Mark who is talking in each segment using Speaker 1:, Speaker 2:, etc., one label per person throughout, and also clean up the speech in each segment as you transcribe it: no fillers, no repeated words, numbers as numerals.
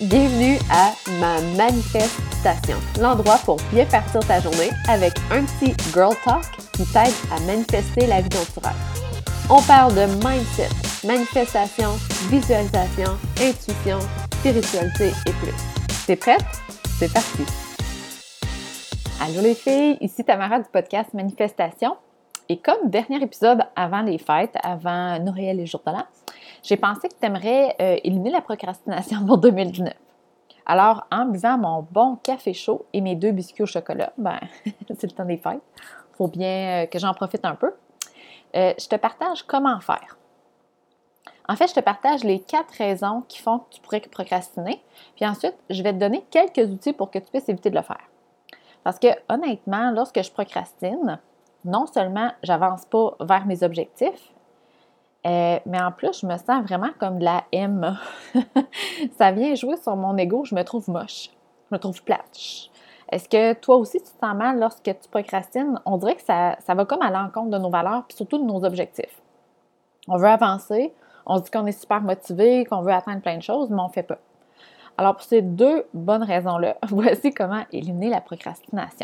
Speaker 1: Bienvenue à ma manifestation, l'endroit pour bien partir ta journée avec un petit girl talk qui t'aide à manifester la vie dont tu rêves. On parle de mindset, manifestation, visualisation, intuition, spiritualité et plus. T'es prête? C'est parti! Allô les filles, ici Tamara du podcast Manifestation. Et comme dernier épisode avant les fêtes, avant Noël et Jour de l'An, j'ai pensé que tu aimerais éliminer la procrastination pour 2019. Alors, en buvant mon bon café chaud et mes 2 biscuits au chocolat, c'est le temps des fêtes, il faut bien que j'en profite un peu. Je te partage comment faire. En fait, je te partage les 4 raisons qui font que tu pourrais procrastiner. Puis ensuite, je vais te donner quelques outils pour que tu puisses éviter de le faire. Parce que honnêtement, lorsque je procrastine, non seulement j'avance pas vers mes objectifs, mais en plus, je me sens vraiment comme de la M. Ça vient jouer sur mon ego, je me trouve moche, je me trouve plate. Est-ce que toi aussi, tu te sens mal lorsque tu procrastines? On dirait que ça va comme à l'encontre de nos valeurs, puis surtout de nos objectifs. On veut avancer, on se dit qu'on est super motivé, qu'on veut atteindre plein de choses, mais on ne fait pas. Alors, pour ces 2 bonnes raisons-là, voici comment éliminer la procrastination.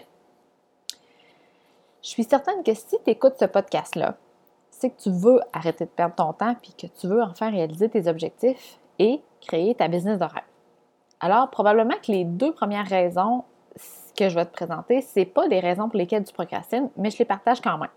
Speaker 1: Je suis certaine que si tu écoutes ce podcast-là, c'est que tu veux arrêter de perdre ton temps puis que tu veux enfin réaliser tes objectifs et créer ta business de rêve. Alors, probablement que les 2 premières raisons que je vais te présenter, ce n'est pas des raisons pour lesquelles tu procrastines, mais je les partage quand même.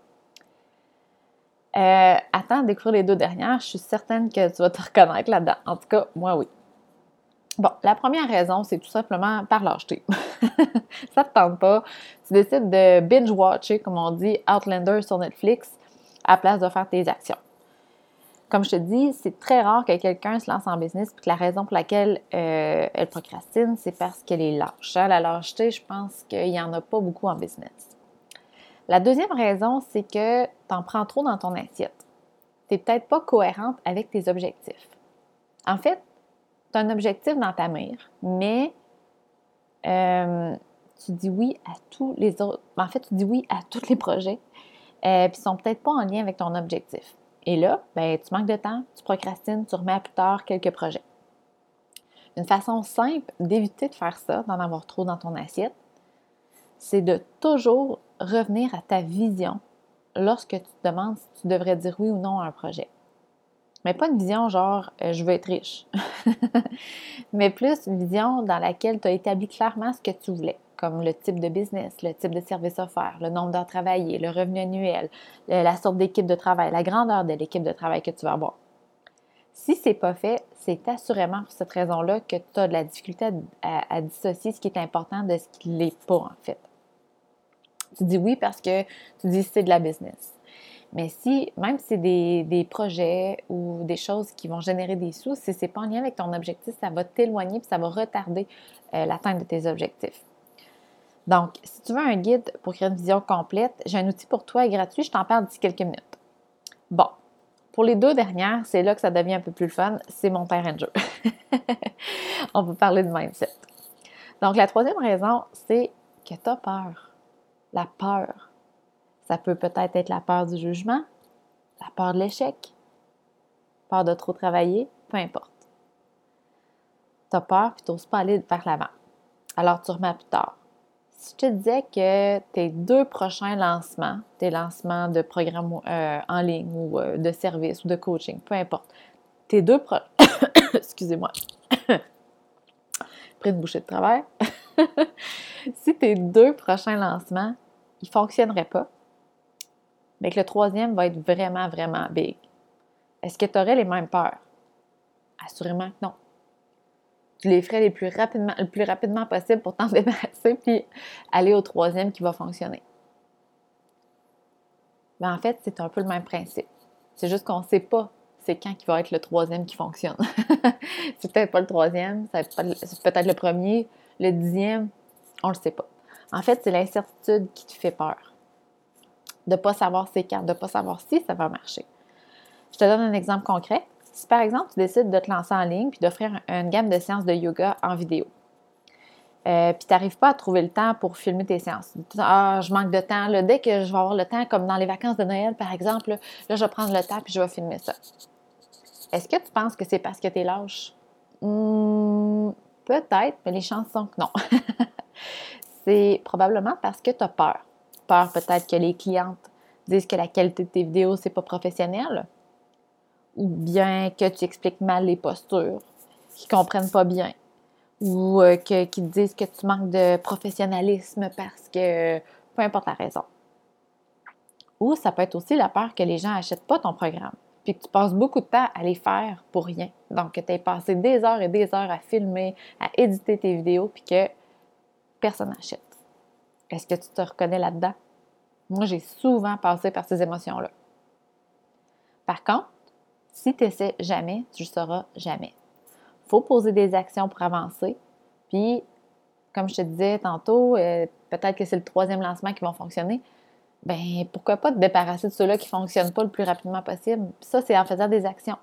Speaker 1: Attends de découvrir les 2 dernières, je suis certaine que tu vas te reconnaître là-dedans. En tout cas, moi, oui. Bon, la première raison, c'est tout simplement par lâcheté. Ça ne te tente pas. Tu décides de binge-watcher, comme on dit, Outlander sur Netflix, à la place de faire tes actions. Comme je te dis, c'est très rare que quelqu'un se lance en business et que la raison pour laquelle elle procrastine, c'est parce qu'elle est lâche. La lâcheté, je pense qu'il n'y en a pas beaucoup en business. La deuxième raison, c'est que tu en prends trop dans ton assiette. Tu n'es peut-être pas cohérente avec tes objectifs. En fait, tu as un objectif dans ta mire, mais tu dis oui à tous les autres. En fait, tu dis oui à tous les projets, puis ils ne sont peut-être pas en lien avec ton objectif. Et là, tu manques de temps, tu procrastines, tu remets à plus tard quelques projets. Une façon simple d'éviter de faire ça, d'en avoir trop dans ton assiette, c'est de toujours revenir à ta vision lorsque tu te demandes si tu devrais dire oui ou non à un projet. Mais pas une vision genre « je veux être riche », mais plus une vision dans laquelle tu as établi clairement ce que tu voulais, comme le type de business, le type de service offert, le nombre d'heures travaillées, le revenu annuel, la sorte d'équipe de travail, la grandeur de l'équipe de travail que tu vas avoir. Si ce n'est pas fait, c'est assurément pour cette raison-là que tu as de la difficulté à dissocier ce qui est important de ce qui ne l'est pas, en fait. Tu dis oui parce que tu dis c'est de la business. Mais si, même si c'est des projets ou des choses qui vont générer des sous, si ce n'est pas en lien avec ton objectif, ça va t'éloigner et ça va retarder l'atteinte de tes objectifs. Donc, si tu veux un guide pour créer une vision complète, j'ai un outil pour toi gratuit, je t'en parle d'ici quelques minutes. Bon, pour les 2 dernières, c'est là que ça devient un peu plus le fun, c'est mon terrain de jeu. On peut parler de mindset. Donc, la 3e raison, c'est que tu as peur. La peur. Ça peut peut-être être la peur du jugement, la peur de l'échec, peur de trop travailler, peu importe. Tu as peur et tu n'oses pas aller vers l'avant. Alors, tu remets à plus tard. Si je te disais que tes 2 prochains lancements, tes lancements de programmes en ligne ou de services ou de coaching, peu importe, tes 2 excusez-moi, pris une bouchée de travers. Si tes 2 prochains lancements, ils ne fonctionneraient pas, mais que le 3e va être vraiment, vraiment big. Est-ce que tu aurais les mêmes peurs? Assurément que non. Tu les ferais le plus rapidement possible pour t'en débarrasser puis aller au 3e qui va fonctionner. Mais en fait, c'est un peu le même principe. C'est juste qu'on ne sait pas c'est quand qui va être le 3e qui fonctionne. C'est peut-être pas le 3e, c'est peut-être le 1er, le 10e, on ne le sait pas. En fait, c'est l'incertitude qui te fait peur. De ne pas savoir c'est quand, de ne pas savoir si ça va marcher. Je te donne un exemple concret. Si par exemple, tu décides de te lancer en ligne puis d'offrir une gamme de séances de yoga en vidéo, puis tu n'arrives pas à trouver le temps pour filmer tes séances. Ah, je manque de temps. Là, dès que je vais avoir le temps, comme dans les vacances de Noël, par exemple, là, je vais prendre le temps puis je vais filmer ça. Est-ce que tu penses que c'est parce que tu es lâche? Peut-être, mais les chances sont que non. C'est probablement parce que tu as peur. Peur peut-être que les clientes disent que la qualité de tes vidéos, c'est pas professionnel, ou bien que tu expliques mal les postures, qu'ils comprennent pas bien, ou qu'ils te disent que tu manques de professionnalisme parce que peu importe la raison. Ou ça peut être aussi la peur que les gens n'achètent pas ton programme, puis que tu passes beaucoup de temps à les faire pour rien. Donc, que tu aies passé des heures et des heures à filmer, à éditer tes vidéos, puis que personne n'achète. Est-ce que tu te reconnais là-dedans? Moi, j'ai souvent passé par ces émotions-là. Par contre, si tu n'essaies jamais, tu ne le sauras jamais. Il faut poser des actions pour avancer. Puis, comme je te disais tantôt, peut-être que c'est le 3e lancement qui va fonctionner. Bien, pourquoi pas te débarrasser de ceux-là qui ne fonctionnent pas le plus rapidement possible? Puis ça, c'est en faisant des actions.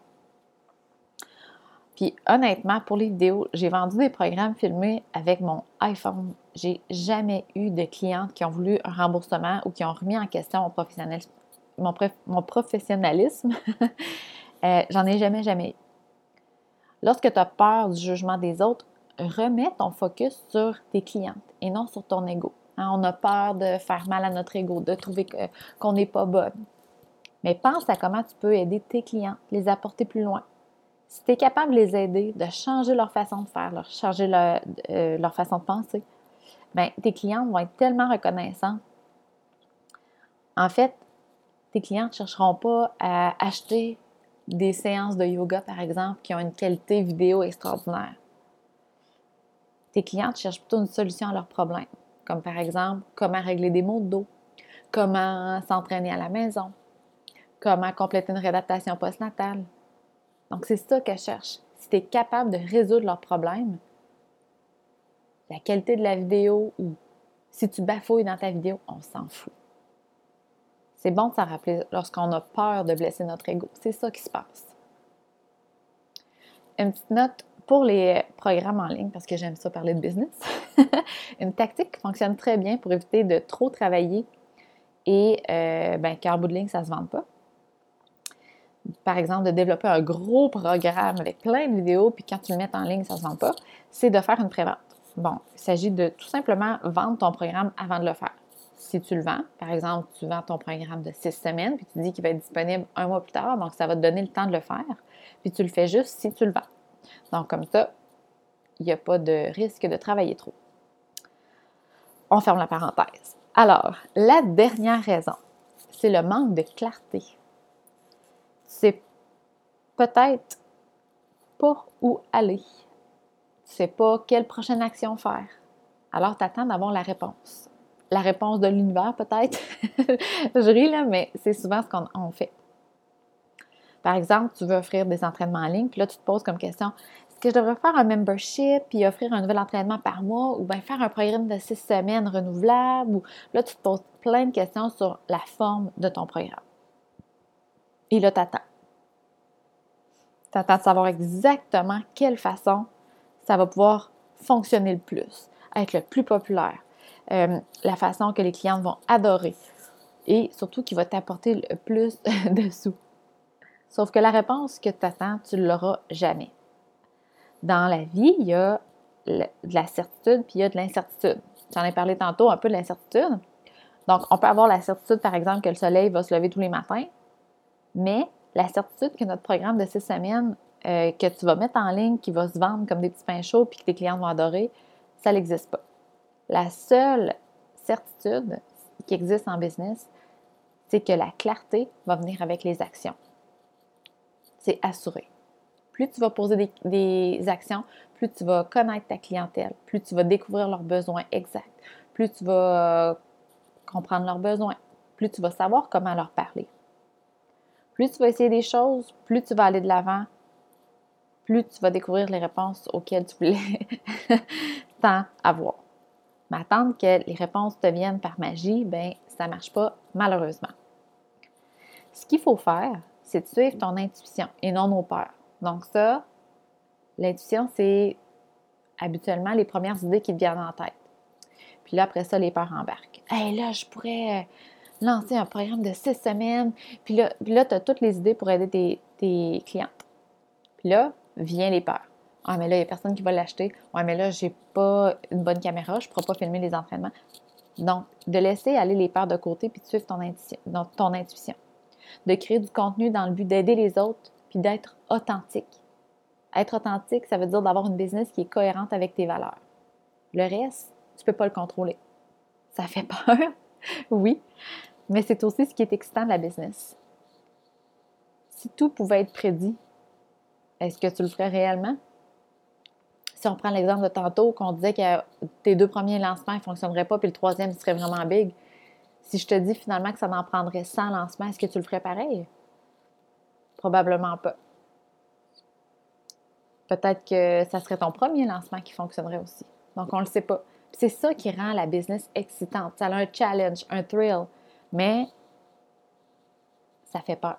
Speaker 1: Puis honnêtement, pour les vidéos, j'ai vendu des programmes filmés avec mon iPhone. J'ai jamais eu de clientes qui ont voulu un remboursement ou qui ont remis en question mon professionnalisme. J'en ai jamais eu. Lorsque tu as peur du jugement des autres, remets ton focus sur tes clientes et non sur ton ego. Hein, on a peur de faire mal à notre ego, de trouver qu'on n'est pas bonne. Mais pense à comment tu peux aider tes clientes, les apporter plus loin. Si tu es capable de les aider, de changer leur façon de faire, changer leur façon de penser, bien, tes clientes vont être tellement reconnaissantes. En fait, tes clientes ne chercheront pas à acheter des séances de yoga, par exemple, qui ont une qualité vidéo extraordinaire. Tes clientes cherchent plutôt une solution à leurs problèmes, comme par exemple, comment régler des maux de dos, comment s'entraîner à la maison, comment compléter une réadaptation postnatale. Donc, c'est ça qu'elles cherchent. Si tu es capable de résoudre leurs problèmes, la qualité de la vidéo ou si tu bafouilles dans ta vidéo, on s'en fout. C'est bon de s'en rappeler lorsqu'on a peur de blesser notre ego. C'est ça qui se passe. Une petite note pour les programmes en ligne, parce que j'aime ça parler de business. Une tactique qui fonctionne très bien pour éviter de trop travailler et qu'en bout de ligne, ça ne se vende pas. Par exemple, de développer un gros programme avec plein de vidéos, puis quand tu le mets en ligne, ça ne se vend pas, c'est de faire une prévente. Bon, il s'agit de tout simplement vendre ton programme avant de le faire. Si tu le vends, par exemple, tu vends ton programme de 6 semaines, puis tu dis qu'il va être disponible 1 mois plus tard, donc ça va te donner le temps de le faire, puis tu le fais juste si tu le vends. Donc, comme ça, il n'y a pas de risque de travailler trop. On ferme la parenthèse. Alors, la dernière raison, c'est le manque de clarté. C'est peut-être pas où aller. Tu ne sais pas quelle prochaine action faire. Alors, tu attends d'avoir la réponse. La réponse de l'univers, peut-être. Je ris, là, mais c'est souvent ce qu'on fait. Par exemple, tu veux offrir des entraînements en ligne, puis là, tu te poses comme question, est-ce que je devrais faire un membership, puis offrir un nouvel entraînement par mois, ou bien faire un programme de 6 semaines renouvelable, ou là, tu te poses plein de questions sur la forme de ton programme. Et là, tu attends. Tu attends de savoir exactement quelle façon ça va pouvoir fonctionner le plus, être le plus populaire, la façon que les clientes vont adorer et surtout qui va t'apporter le plus de sous. Sauf que la réponse que tu attends, tu ne l'auras jamais. Dans la vie, il y a de la certitude puis il y a de l'incertitude. J'en ai parlé tantôt un peu de l'incertitude. Donc, on peut avoir la certitude, par exemple, que le soleil va se lever tous les matins, mais la certitude que notre programme de 6 semaines que tu vas mettre en ligne, qui va se vendre comme des petits pains chauds puis que tes clients vont adorer, ça n'existe pas. La seule certitude qui existe en business, c'est que la clarté va venir avec les actions. C'est assuré. Plus tu vas poser des actions, plus tu vas connaître ta clientèle, plus tu vas découvrir leurs besoins exacts, plus tu vas comprendre leurs besoins, plus tu vas savoir comment leur parler. Plus tu vas essayer des choses, plus tu vas aller de l'avant, plus tu vas découvrir les réponses auxquelles tu voulais tant avoir. Mais attendre que les réponses te viennent par magie, bien, ça ne marche pas, malheureusement. Ce qu'il faut faire, c'est de suivre ton intuition et non nos peurs. Donc ça, l'intuition, c'est habituellement les premières idées qui te viennent en tête. Puis là, après ça, les peurs embarquent. « Hey, là, je pourrais lancer un programme de 6 semaines. » Puis là tu as toutes les idées pour aider tes clientes. Puis là, viennent les peurs. Ah, mais là, il n'y a personne qui va l'acheter. Ouais, mais là, j'ai pas une bonne caméra, je ne pourrai pas filmer les entraînements. Donc, de laisser aller les peurs de côté puis de suivre ton intuition. De créer du contenu dans le but d'aider les autres puis d'être authentique. Être authentique, ça veut dire d'avoir une business qui est cohérente avec tes valeurs. Le reste, tu ne peux pas le contrôler. Ça fait peur, oui, mais c'est aussi ce qui est excitant de la business. Si tout pouvait être prédit, est-ce que tu le ferais réellement? Si on prend l'exemple de tantôt, qu'on disait que tes 2 premiers lancements ne fonctionneraient pas, puis le troisième serait vraiment big, si je te dis finalement que ça en prendrait 100 lancements, est-ce que tu le ferais pareil? Probablement pas. Peut-être que ça serait ton premier lancement qui fonctionnerait aussi. Donc, on ne le sait pas. Puis c'est ça qui rend la business excitante. Ça a un challenge, un thrill, mais ça fait peur.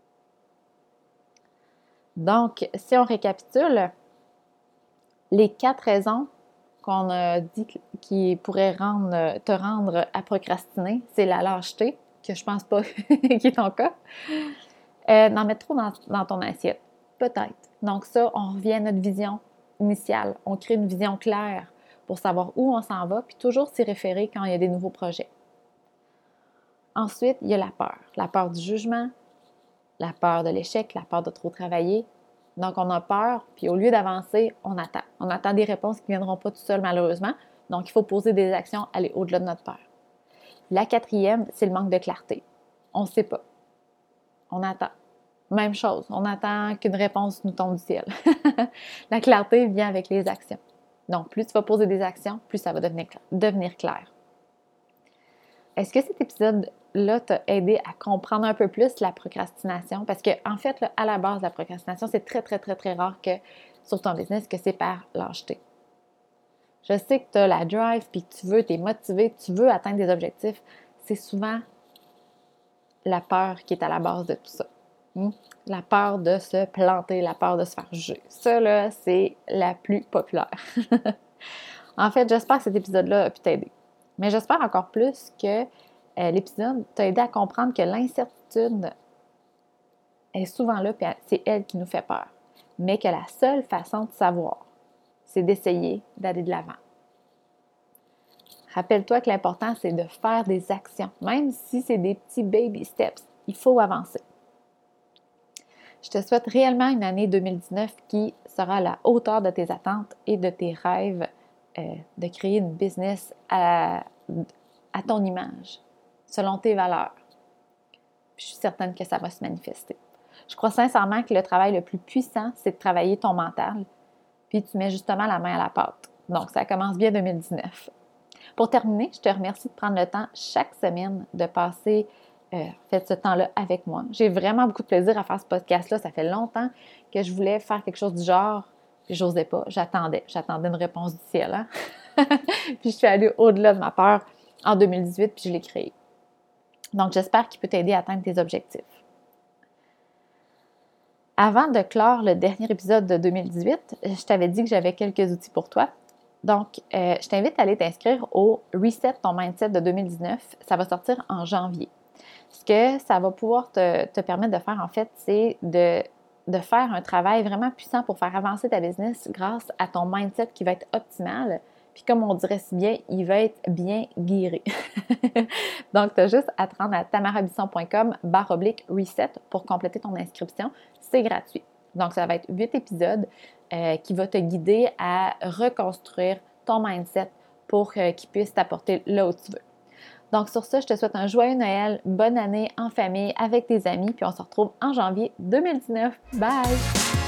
Speaker 1: Donc, si on récapitule, les 4 raisons qu'on a dit qui pourraient te rendre à procrastiner, c'est la lâcheté, que je pense pas qui est ton cas. D'en mettre trop dans ton assiette, peut-être. Donc ça, on revient à notre vision initiale. On crée une vision claire pour savoir où on s'en va, puis toujours s'y référer quand il y a des nouveaux projets. Ensuite, il y a la peur du jugement, la peur de l'échec, la peur de trop travailler. Donc, on a peur, puis au lieu d'avancer, on attend. On attend des réponses qui ne viendront pas tout seules, malheureusement. Donc, il faut poser des actions, aller au-delà de notre peur. La 4e, c'est le manque de clarté. On ne sait pas. On attend. Même chose, on attend qu'une réponse nous tombe du ciel. La clarté vient avec les actions. Donc, plus tu vas poser des actions, plus ça va devenir clair. Est-ce que cet épisode-là t'a aidé à comprendre un peu plus la procrastination? Parce qu'en fait, là, à la base, la procrastination, c'est très, très, très, très rare que sur ton business que c'est par lâcheté. Je sais que tu as la drive, puis que tu es motivé, tu veux atteindre des objectifs. C'est souvent la peur qui est à la base de tout ça. La peur de se planter, la peur de se faire juger. Ça, là, c'est la plus populaire. En fait, j'espère que cet épisode-là a pu t'aider. Mais j'espère encore plus que l'épisode t'a aidé à comprendre que l'incertitude est souvent là, puis c'est elle qui nous fait peur. Mais que la seule façon de savoir, c'est d'essayer d'aller de l'avant. Rappelle-toi que l'important, c'est de faire des actions. Même si c'est des petits baby steps, il faut avancer. Je te souhaite réellement une année 2019 qui sera à la hauteur de tes attentes et de tes rêves de créer une business à ton image, selon tes valeurs. Puis je suis certaine que ça va se manifester. Je crois sincèrement que le travail le plus puissant, c'est de travailler ton mental, puis tu mets justement la main à la pâte. Donc, ça commence bien 2019. Pour terminer, je te remercie de prendre le temps chaque semaine de passer ce temps-là avec moi. J'ai vraiment beaucoup de plaisir à faire ce podcast-là. Ça fait longtemps que je voulais faire quelque chose du genre, puis je n'osais pas. J'attendais une réponse du ciel. Hein? Puis je suis allée au-delà de ma peur en 2018, puis je l'ai créé. Donc, j'espère qu'il peut t'aider à atteindre tes objectifs. Avant de clore le dernier épisode de 2018, je t'avais dit que j'avais quelques outils pour toi. Donc, je t'invite à aller t'inscrire au Reset ton mindset de 2019. Ça va sortir en janvier. Ce que ça va pouvoir te permettre de faire, en fait, c'est de faire un travail vraiment puissant pour faire avancer ta business grâce à ton mindset qui va être optimal. Puis comme on dirait si bien, il va être bien guéri. Donc, tu as juste à te rendre à tamarabisson.com/reset pour compléter ton inscription. C'est gratuit. Donc, ça va être 8 épisodes qui vont te guider à reconstruire ton mindset pour qu'il puisse t'apporter là où tu veux. Donc, sur ça, je te souhaite un joyeux Noël, bonne année en famille, avec tes amis, puis on se retrouve en janvier 2019. Bye!